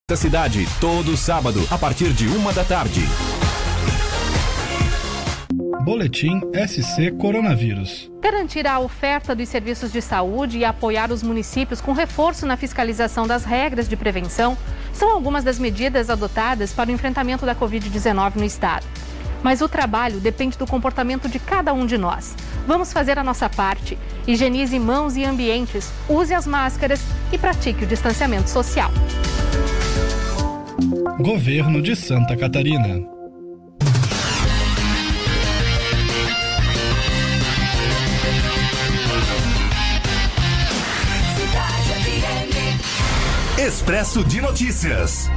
Da cidade, todo sábado, a partir de 1h. Boletim SC Coronavírus. Garantir a oferta dos serviços de saúde e apoiar os municípios com reforço na fiscalização das regras de prevenção são algumas das medidas adotadas para o enfrentamento da Covid-19 no estado. Mas o trabalho depende do comportamento de cada um de nós. Vamos fazer a nossa parte. Higienize mãos e ambientes, use as máscaras e pratique o distanciamento social. Governo de Santa Catarina. Expresso de Notícias.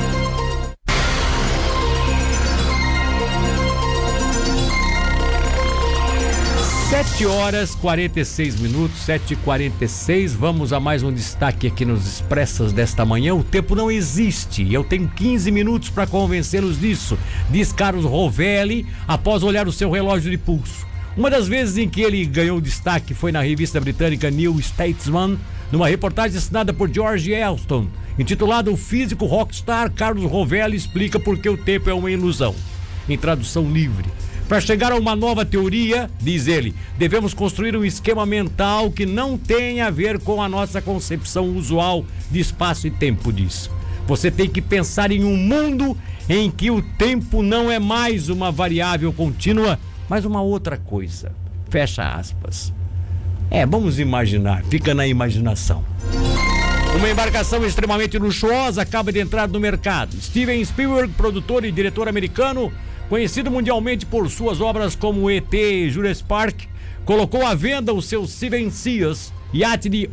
7h46, 7h46. Vamos a mais um destaque aqui nos Expressos desta manhã. O tempo não existe. Eu tenho 15 minutos para convencê-los disso, diz Carlos Rovelli após olhar o seu relógio de pulso. Uma das vezes em que ele ganhou destaque foi na revista britânica New Statesman, numa reportagem assinada por George Elston, intitulada O Físico Rockstar Carlos Rovelli explica por que o tempo é uma ilusão. Em tradução livre. Para chegar a uma nova teoria, diz ele, devemos construir um esquema mental que não tenha a ver com a nossa concepção usual de espaço e tempo, diz. Você tem que pensar em um mundo em que o tempo não é mais uma variável contínua, mas uma outra coisa. Fecha aspas. Vamos imaginar, fica na imaginação. Uma embarcação extremamente luxuosa acaba de entrar no mercado. Steven Spielberg, produtor e diretor americano, conhecido mundialmente por suas obras como ET e Jurassic Park, colocou à venda o seu Seven Seas, iate de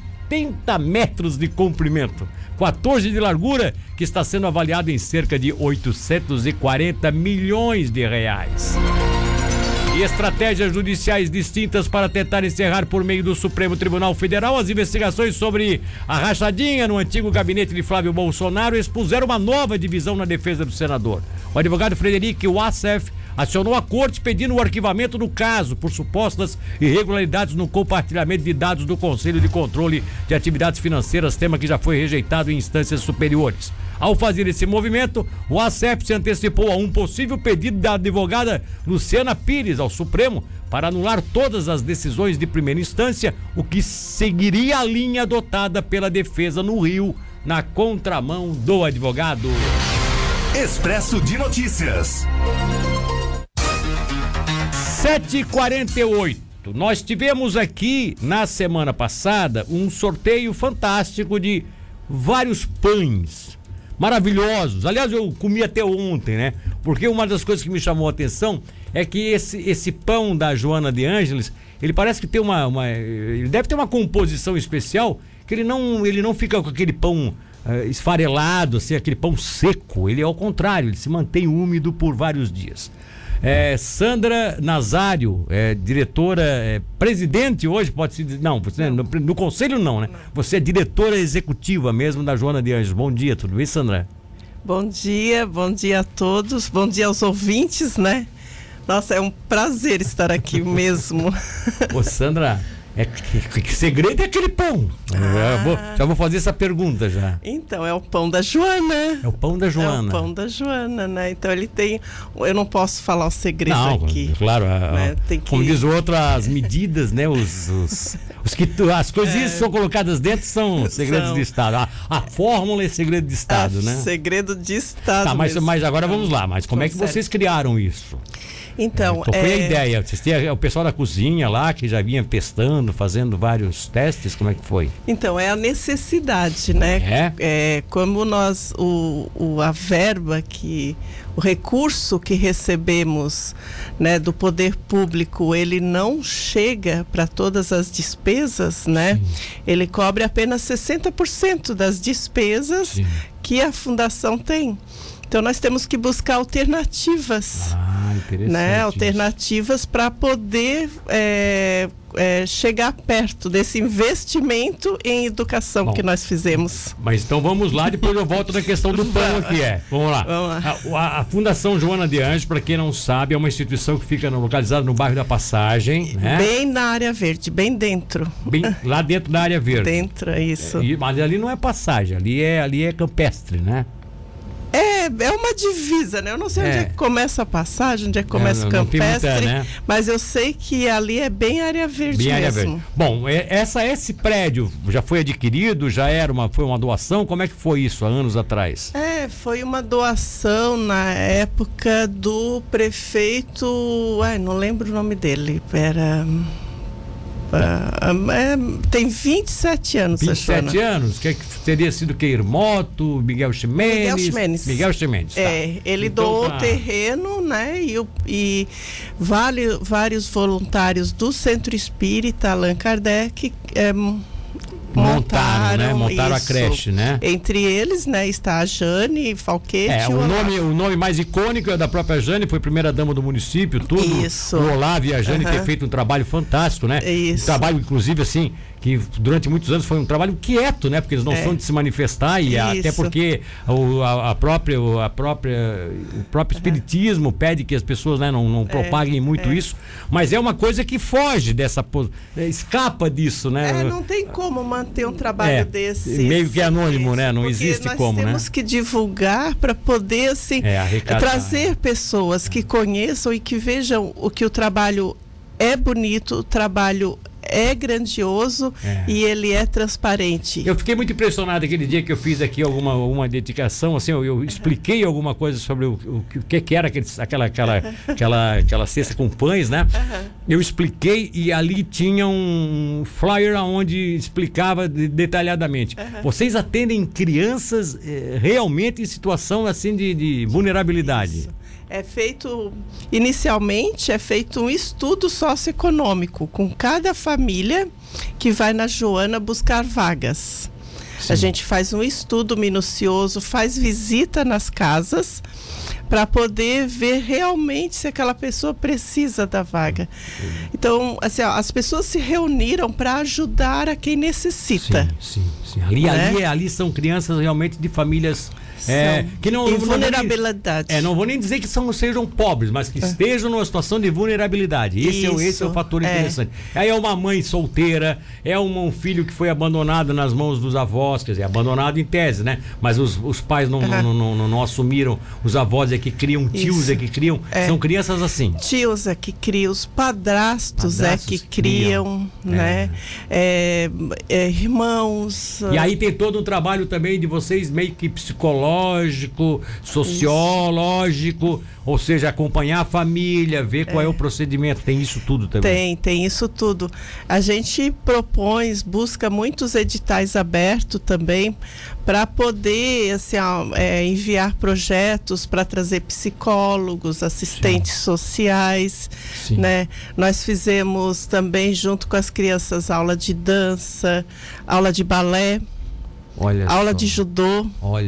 80 metros de comprimento, 14 de largura, que está sendo avaliado em cerca de 840 milhões de reais. E estratégias judiciais distintas para tentar encerrar por meio do Supremo Tribunal Federal as investigações sobre a rachadinha no antigo gabinete de Flávio Bolsonaro expuseram uma nova divisão na defesa do senador. O advogado Frederic Wassef acionou a corte pedindo o arquivamento do caso por supostas irregularidades no compartilhamento de dados do Conselho de Controle de Atividades Financeiras, tema que já foi rejeitado em instâncias superiores. Ao fazer esse movimento, o Wassef se antecipou a um possível pedido da advogada Luciana Pires ao Supremo para anular todas as decisões de primeira instância, o que seguiria a linha adotada pela defesa no Rio, na contramão do advogado. Expresso de Notícias. 7h48. Nós tivemos aqui na semana passada um sorteio fantástico de vários pães maravilhosos. Aliás, eu comi até ontem, né? Porque uma das coisas que me chamou a atenção é que esse pão da Joana de Ângeles, ele parece que tem ele deve ter uma composição especial, que ele não fica com aquele pão esfarelado, assim, aquele pão seco. Ele é ao contrário, ele se mantém úmido por vários dias. Sandra Nazário, diretora, presidente hoje, pode-se dizer, não, você, no conselho não, né? Você é diretora executiva mesmo da Joana de Ângeles. Bom dia, tudo bem, Sandra? Bom dia a todos, bom dia aos ouvintes, né? Nossa, é um prazer estar aqui mesmo. Ô, Sandra, que segredo é aquele pão? Já vou fazer essa pergunta já. Então, é o pão da Joana. É o pão da Joana. É o pão da Joana, né? Então ele tem... Eu não posso falar o segredo aqui. Claro, né? Como diz o outro, as medidas, né? As coisinhas que são colocadas dentro são segredos de Estado. A fórmula é segredo de Estado, né? Segredo de Estado. Tá, mas agora vamos lá. Mas como é que vocês criaram isso? Então, qual foi a ideia? Vocês têm o pessoal da cozinha lá que já vinha testando, fazendo vários testes? Como é que foi? Então, é a necessidade, né? Como nós, a verba o recurso que recebemos, né, do poder público, ele não chega para todas as despesas, né? Sim. Ele cobre apenas 60% das despesas que a fundação tem. Então nós temos que buscar alternativas. né, alternativas para poder chegar perto desse investimento em educação que nós fizemos. Mas então vamos lá, depois eu volto na questão do pão aqui. Vamos lá. A Fundação Joana de Anjos, para quem não sabe, é uma instituição que fica localizada no bairro da Passagem, né? Bem na área verde, bem dentro. Lá dentro da área verde. Dentro, é isso. Mas ali não é passagem, ali é campestre, né? É uma divisa, né? Eu não sei onde é que começa a passagem, onde é que começa o campestre, muita, né? Mas eu sei que ali é bem área verde mesmo. Área verde. Bom, esse prédio já foi adquirido, foi uma doação? Como é que foi isso há anos atrás? Foi uma doação na época do prefeito, não lembro o nome dele, tem 27 anos. 27 anos? Que teria sido que Irmoto, Miguel Ximenes? Miguel Ximenes. Ele doou o terreno, né? E vários voluntários do Centro Espírita Allan Kardec montaram a creche, né? Entre eles, né, está a Jane Falquete. O nome mais icônico é da própria Jane, foi primeira-dama do município, tudo. Isso. O Olavo e a Jane ter feito um trabalho fantástico, né? Isso. Um trabalho, inclusive, assim, que durante muitos anos foi um trabalho quieto, né? Porque eles não são de se manifestar e até porque o próprio espiritismo pede que as pessoas, né, não propaguem muito isso, mas é uma coisa que foge escapa disso, né? Não tem como manter um trabalho desse. Meio que anônimo, né? Não existe como, né? Nós temos que divulgar para poder, assim, trazer pessoas que conheçam e que vejam que o trabalho é bonito, o trabalho é grandioso e ele é transparente. Eu fiquei muito impressionado aquele dia que eu fiz aqui uma dedicação, assim, eu expliquei alguma coisa sobre o que era aquela cesta com pães, né? Eu expliquei e ali tinha um flyer onde explicava detalhadamente. Vocês atendem crianças realmente em situação assim de vulnerabilidade. Isso. Inicialmente é feito um estudo socioeconômico com cada família que vai na Joana buscar vagas. Sim. A gente faz um estudo minucioso, faz visita nas casas para poder ver realmente se aquela pessoa precisa da vaga. Então, assim, as pessoas se reuniram para ajudar a quem necessita. Sim. Ali são crianças realmente de famílias que não vulnerabilidade. Não vou nem dizer que sejam pobres, mas que estejam numa situação de vulnerabilidade. Esse é o fator interessante. Aí é uma mãe solteira, um filho que foi abandonado nas mãos dos avós, quer dizer, abandonado em tese, né? Mas os pais não assumiram, os avós é que criam, tios é que criam, são crianças assim. Tios é que criam, os padrastos é que criam, né? Irmãos. E aí tem todo um trabalho também de vocês meio que psicológico, sociológico, ou seja, acompanhar a família, ver qual é o procedimento, tem isso tudo também? Tem isso tudo. A gente busca muitos editais abertos também para poder, assim, enviar projetos para trazer psicólogos, assistentes sociais, né? Nós fizemos também junto com as crianças aula de dança, aula de balé, aula de judô,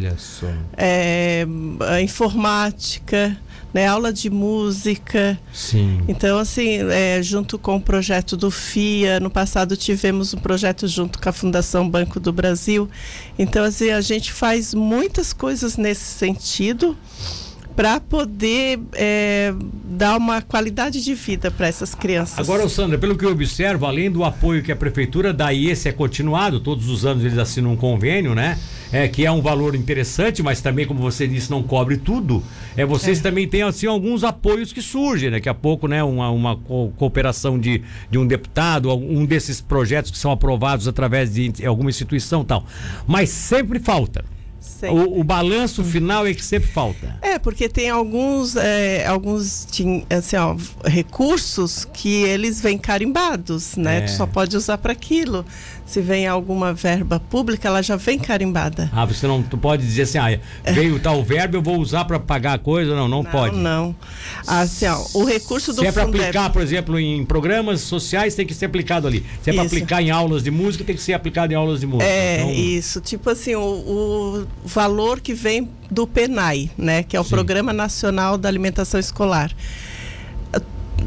informática, né, aula de música. Sim. Então, assim, junto com o projeto do FIA, no passado tivemos um projeto junto com a Fundação Banco do Brasil. Então, assim, a gente faz muitas coisas nesse sentido para poder dar uma qualidade de vida para essas crianças. Agora, Sandra, pelo que eu observo, além do apoio que a prefeitura dá, e esse é continuado, todos os anos eles assinam um convênio, né? Que é um valor interessante, mas também, como você disse, não cobre tudo. Vocês também têm, assim, alguns apoios que surgem, daqui a pouco, né? Uma cooperação de um deputado, um desses projetos que são aprovados através de alguma instituição e tal. Mas sempre falta. O balanço final é que sempre falta. Porque tem alguns assim, recursos que eles vêm carimbados, né? Tu só pode usar para aquilo. Se vem alguma verba pública, ela já vem carimbada. Você não pode dizer assim, veio tal verba, eu vou usar para pagar a coisa? Não pode. Não. Assim, o recurso do Se é para aplicar, por exemplo, em programas sociais, tem que ser aplicado ali. Se é para aplicar em aulas de música, tem que ser aplicado em aulas de música. Isso. Tipo assim, o valor que vem do PENAI, né? Que é o Programa Nacional da Alimentação Escolar.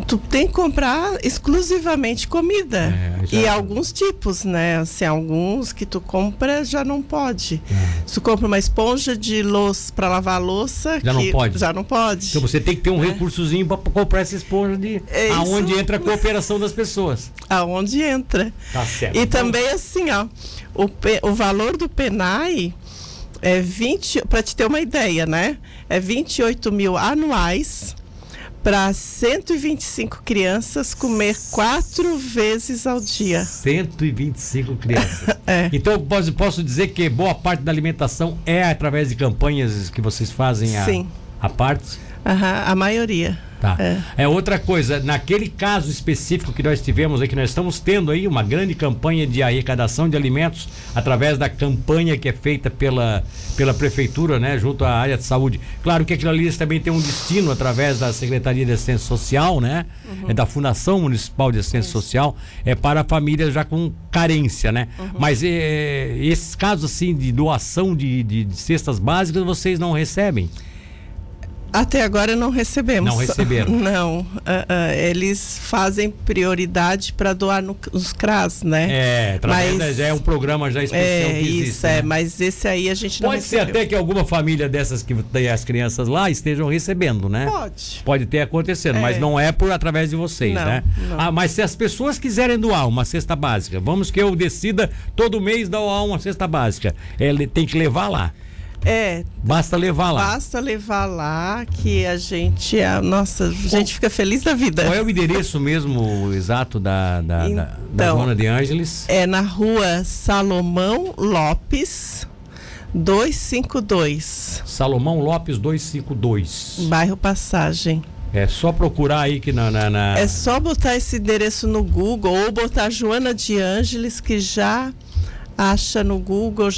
tu tem que comprar exclusivamente comida. E alguns tipos, né? Assim, alguns que tu compra já não pode. Se tu compra uma esponja de louça para lavar a louça, já não pode. Então você tem que ter um recursozinho para comprar essa esponja aonde entra a cooperação das pessoas. Aonde entra. Tá certo. E também assim, ó, o valor do PENAI é 20, para te ter uma ideia, né? É 28 mil anuais para 125 crianças comer 4 vezes ao dia. 125 crianças. Então posso dizer que boa parte da alimentação é através de campanhas que vocês fazem a parte? A maioria. Tá. Outra coisa, naquele caso específico que nós tivemos aí, que nós estamos tendo aí uma grande campanha de arrecadação de alimentos através da campanha que é feita pela prefeitura, né, junto à área de saúde. Claro que aquilo ali também tem um destino através da Secretaria de Assistência Social, né, da Fundação Municipal de Assistência Social, para famílias já com carência, né. Mas esses casos assim de doação de cestas básicas vocês não recebem? Até agora não recebemos. Não receberam? Não. Eles fazem prioridade para doar nos CRAS, né? Já é um programa já especial que existe. Isso, né? Mas esse aí a gente não recebeu. Pode ser até que alguma família dessas que tem as crianças lá estejam recebendo, né? Pode ter acontecendo, mas não é através de vocês, né? Não. Mas se as pessoas quiserem doar uma cesta básica, vamos que eu decida todo mês doar uma cesta básica, ele tem que levar lá. Basta levar lá que a gente fica feliz da vida. Qual é o endereço mesmo exato da Joana de Ângeles? É na rua Salomão Lopes 252. Salomão Lopes 252. Bairro Passagem. É só procurar aí que É só botar esse endereço no Google ou botar Joana de Ângeles que já acha no Google,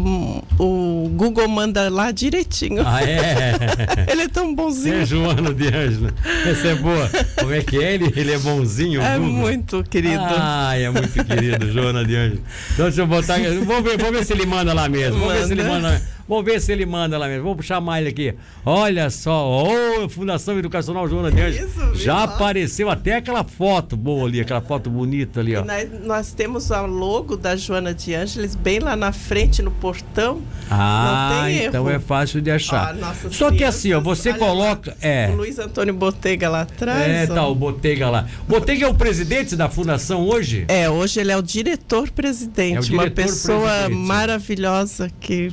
o Google manda lá direitinho. Ele é tão bonzinho. Joana de Ângela. Essa é boa. Como é que é? Ele é bonzinho. É Google. Muito querido. É muito querido, Joana de Ângela. Então deixa eu botar. Vamos ver se ele manda lá mesmo. Vamos ver se ele manda lá mesmo. Vamos chamar ele aqui. Olha só, Fundação Educacional Joana de Ângeles. Já apareceu até aquela foto boa ali, aquela foto bonita ali, ó. Nós temos o logo da Joana de Ângeles bem lá na frente, no portão. Não tem erro. Então é fácil de achar. Só que assim, ó, você coloca. O Luiz Antônio Botega lá atrás. O Botega lá. Botega é o presidente da fundação hoje? Hoje ele é o diretor-presidente. Uma pessoa maravilhosa que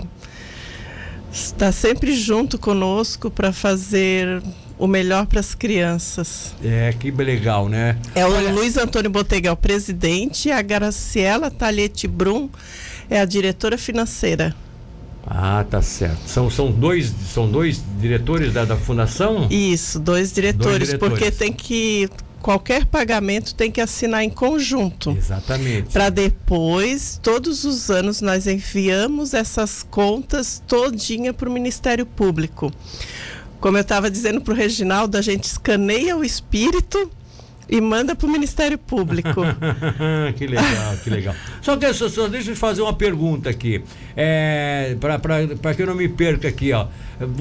está sempre junto conosco para fazer o melhor para as crianças. Que legal, né? O Luiz Antônio Botega é o presidente e a Graciela Talhete Brum é a diretora financeira. Tá certo. São dois diretores da fundação? Isso, dois diretores, porque qualquer pagamento tem que assinar em conjunto. Exatamente. Para depois, todos os anos, nós enviamos essas contas todinha para o Ministério Público. Como eu estava dizendo para o Reginaldo, a gente escaneia o espírito e manda para o Ministério Público. Que legal. Só deixa eu fazer uma pergunta aqui. Para que eu não me perca aqui, ó.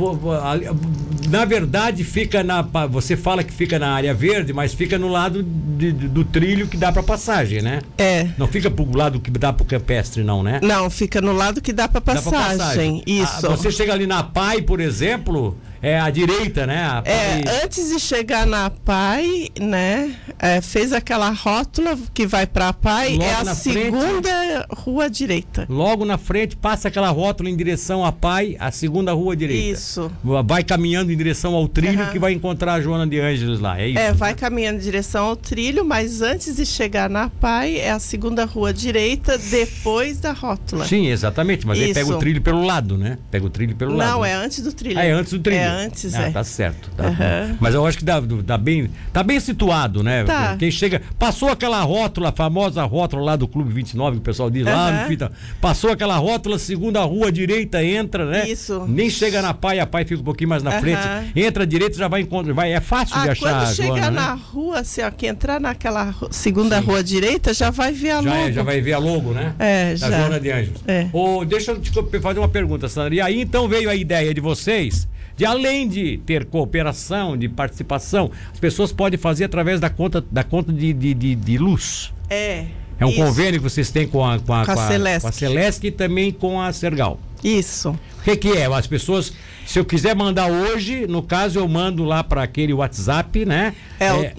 Na verdade, você fala que fica na área verde, mas fica no lado do trilho que dá para passagem, né? Não fica pro lado que dá pro campestre, não, né? Não, fica no lado que dá para passagem. Isso. Você chega ali na PAI, por exemplo, à direita, né? Antes de chegar na PAI, né? Fez aquela rótula que vai para a PAI, a segunda rua direita. Logo na frente, passa aquela rótula em direção à PAI, a segunda rua direita. Isso. Vai caminhando em direção ao trilho que vai encontrar a Joana de Ângeles lá, é isso? Vai caminhando em direção ao trilho, mas antes de chegar na PAI, é a segunda rua direita, depois da rótula. Sim, exatamente, mas aí pega o trilho pelo lado, né? Pega o trilho pelo lado. Não, é antes do trilho. É antes do trilho. Antes, Tá certo. Mas eu acho que tá bem situado, né? Tá. Quem chega, passou aquela rótula, a famosa rótula lá do Clube 29, que o pessoal diz lá no fita, passou aquela rótula, segunda rua direita, entra, né? Isso. Nem chega na PAI, a PAI fica um pouquinho mais na frente, entra direita, já vai encontrar, é fácil de achar. Quando chegar Joana, na rua, assim, ó, que entrar naquela segunda rua direita, já vai ver a logo. Já vai ver a logo, né? Já. Da Joana de Ângeles. Deixa eu te fazer uma pergunta, Sandra. E aí, então, veio a ideia de vocês de, além de ter cooperação, de participação, as pessoas podem fazer através da conta de luz. É um convênio que vocês têm com a Celesc e também com a Sergal. Isso. O que é? As pessoas, se eu quiser mandar hoje, no caso eu mando lá para aquele WhatsApp, né? É o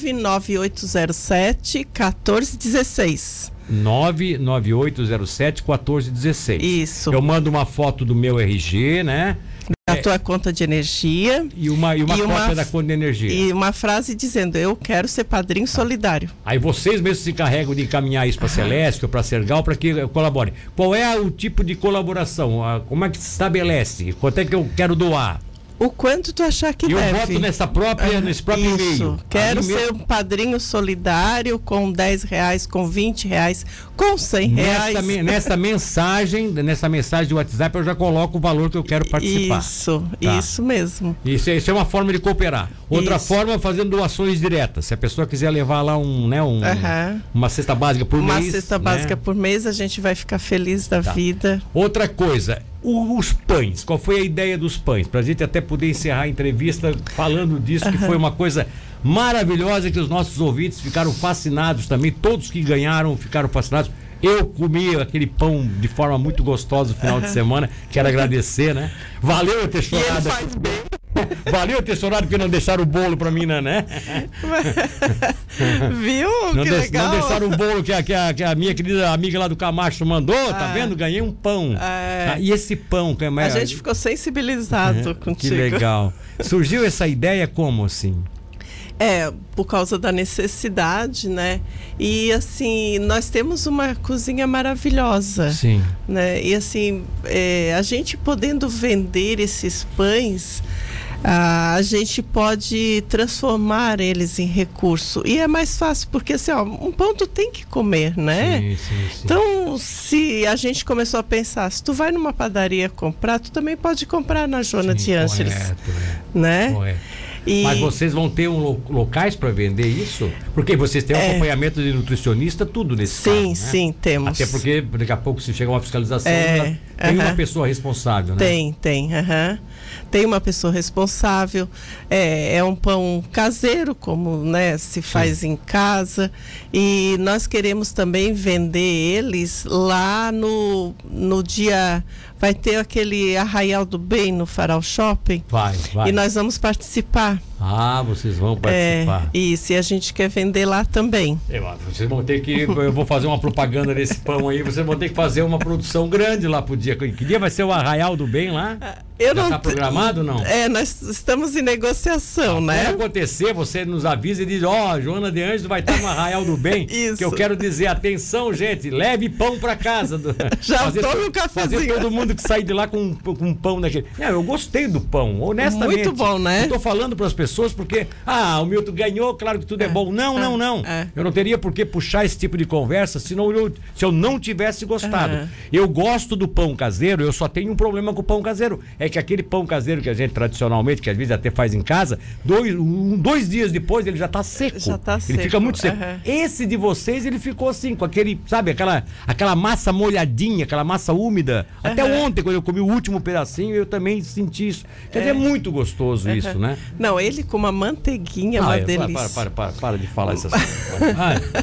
99807-1416. 99807-1416. Isso. Eu mando uma foto do meu RG, né? Da tua conta de energia. E uma cópia da conta de energia. E uma frase dizendo: eu quero ser padrinho solidário. Aí vocês mesmos se encarregam de encaminhar isso para a Celeste ou para a Sergal para que colaborem. Qual é o tipo de colaboração? Como é que se estabelece? Quanto é que eu quero doar? O quanto tu achar que deve. Eu boto nesse próprio e-mail. Quero ser um padrinho solidário com R$10, com R$20, com R$100. Nessa mensagem de WhatsApp eu já coloco o valor que eu quero participar. Isso mesmo. Isso é uma forma de cooperar. Outra forma, fazendo doações diretas. Se a pessoa quiser levar lá uma cesta básica por mês. Uma cesta básica por mês, a gente vai ficar feliz da vida. Outra coisa, os pães. Qual foi a ideia dos pães? Pra gente até poder encerrar a entrevista falando disso, que foi uma coisa maravilhosa, que os nossos ouvintes ficaram fascinados também. Todos que ganharam ficaram fascinados. Eu comi aquele pão de forma muito gostosa no final de semana. Quero agradecer, né? Valeu eu ter chorado. Valeu eu ter chorado porque não deixaram o bolo pra mim, né? Viu? Que legal. Não deixaram o bolo que a minha querida amiga lá do Camacho mandou, tá vendo? Ganhei um pão. E esse pão... A gente ficou sensibilizado contigo. Que legal. Surgiu essa ideia como assim? Por causa da necessidade, né? E assim, nós temos uma cozinha maravilhosa. Sim. Né? E assim, a gente podendo vender esses pães, a gente pode transformar eles em recurso. E é mais fácil, porque assim, um pão tu tem que comer, né? Sim. Então, se a gente começou a pensar, se tu vai numa padaria comprar, tu também pode comprar na Joana de Ângeles. Né? Correto. Mas vocês vão ter locais para vender isso? Porque vocês têm um acompanhamento de nutricionista, tudo nesse caso, né? Sim, temos. Até porque daqui a pouco, se chegar uma fiscalização, tem uma pessoa responsável, né? Tem. Tem uma pessoa responsável. É um pão caseiro, como, né, se faz em casa. E nós queremos também vender eles lá no dia... Vai ter aquele Arraial do Bem no Farol Shopping. Vai. E nós vamos participar. Vocês vão participar. Isso, e a gente quer vender lá também. Vocês vão ter que... Eu vou fazer uma propaganda desse pão aí. Vocês vão ter que fazer uma produção grande lá pro dia. Que dia vai ser o Arraial do Bem lá? Já está programado ou não? Nós estamos em negociação, né? Quando acontecer, você nos avisa e diz: Joana de Ângeles vai estar no Arraial do Bem. Isso. Que eu quero dizer, atenção, gente, leve pão para casa. Já estou no cafezinho. Fazer todo mundo que sair de lá com um pão daquele. Eu gostei do pão, honestamente. Muito bom, né? Eu estou falando para as pessoas porque, o Milton ganhou, claro que tudo é bom. Não. Eu não teria por que puxar esse tipo de conversa se eu não tivesse gostado. Eu gosto do pão caseiro, eu só tenho um problema com o pão caseiro. É que aquele pão caseiro que a gente tradicionalmente, que às vezes até faz em casa, 2 dias depois ele já está seco. Ele fica muito seco. Esse de vocês, ele ficou assim, com aquele, sabe, aquela massa molhadinha, aquela massa úmida. Até ontem, quando eu comi o último pedacinho, eu também senti isso. Quer dizer, é muito gostoso isso, né? Não, ele com uma manteiguinha, uma delícia. Para de falar essas coisas.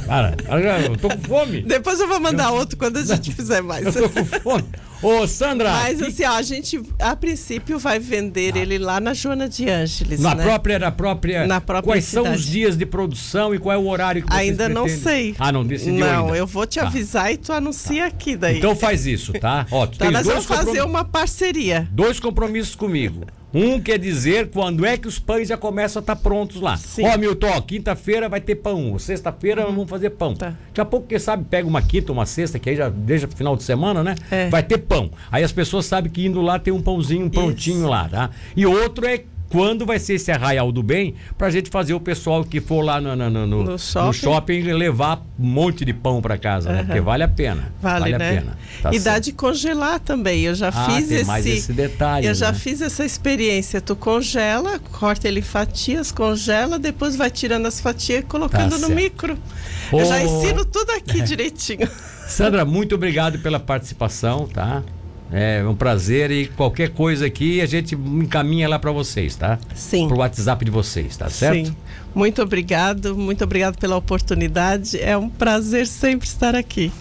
Eu tô com fome. Depois eu vou mandar outro quando a gente fizer mais. Eu tô com fome. Ô, Sandra! Mas assim, a gente, a princípio, vai vender ele lá na Joana de Ângeles, na né? própria Quais cidade. São os dias de produção e qual é o horário que vocês ainda pretendem? não sei. Não decidiu ainda? Não, eu vou te avisar e tu anuncia aqui daí. Então faz isso, tá? Nós vamos fazer uma parceria. 2 compromissos comigo. Um quer dizer quando é que os pães já começam a estar prontos lá. Milton, quinta-feira vai ter pão, sexta-feira vamos fazer pão. Daqui a pouco, quem sabe, pega uma quinta, uma sexta, que aí já deixa pro final de semana, né? Vai ter pão. Aí as pessoas sabem que indo lá tem um pãozinho prontinho lá, tá? E outro é quando vai ser esse Arraial do Bem, pra gente fazer o pessoal que for lá no shopping levar um monte de pão pra casa, né? Porque vale a pena. Vale, né? A pena. E dá de congelar também. Eu já fiz mais esse detalhe. Eu já fiz essa experiência. Tu congela, corta ele em fatias, congela, depois vai tirando as fatias e colocando no micro. Eu já ensino tudo aqui direitinho. Sandra, muito obrigado pela participação, tá? É um prazer e qualquer coisa aqui a gente encaminha lá para vocês, tá? Sim. Pro WhatsApp de vocês, tá certo? Sim. Muito obrigado pela oportunidade. É um prazer sempre estar aqui.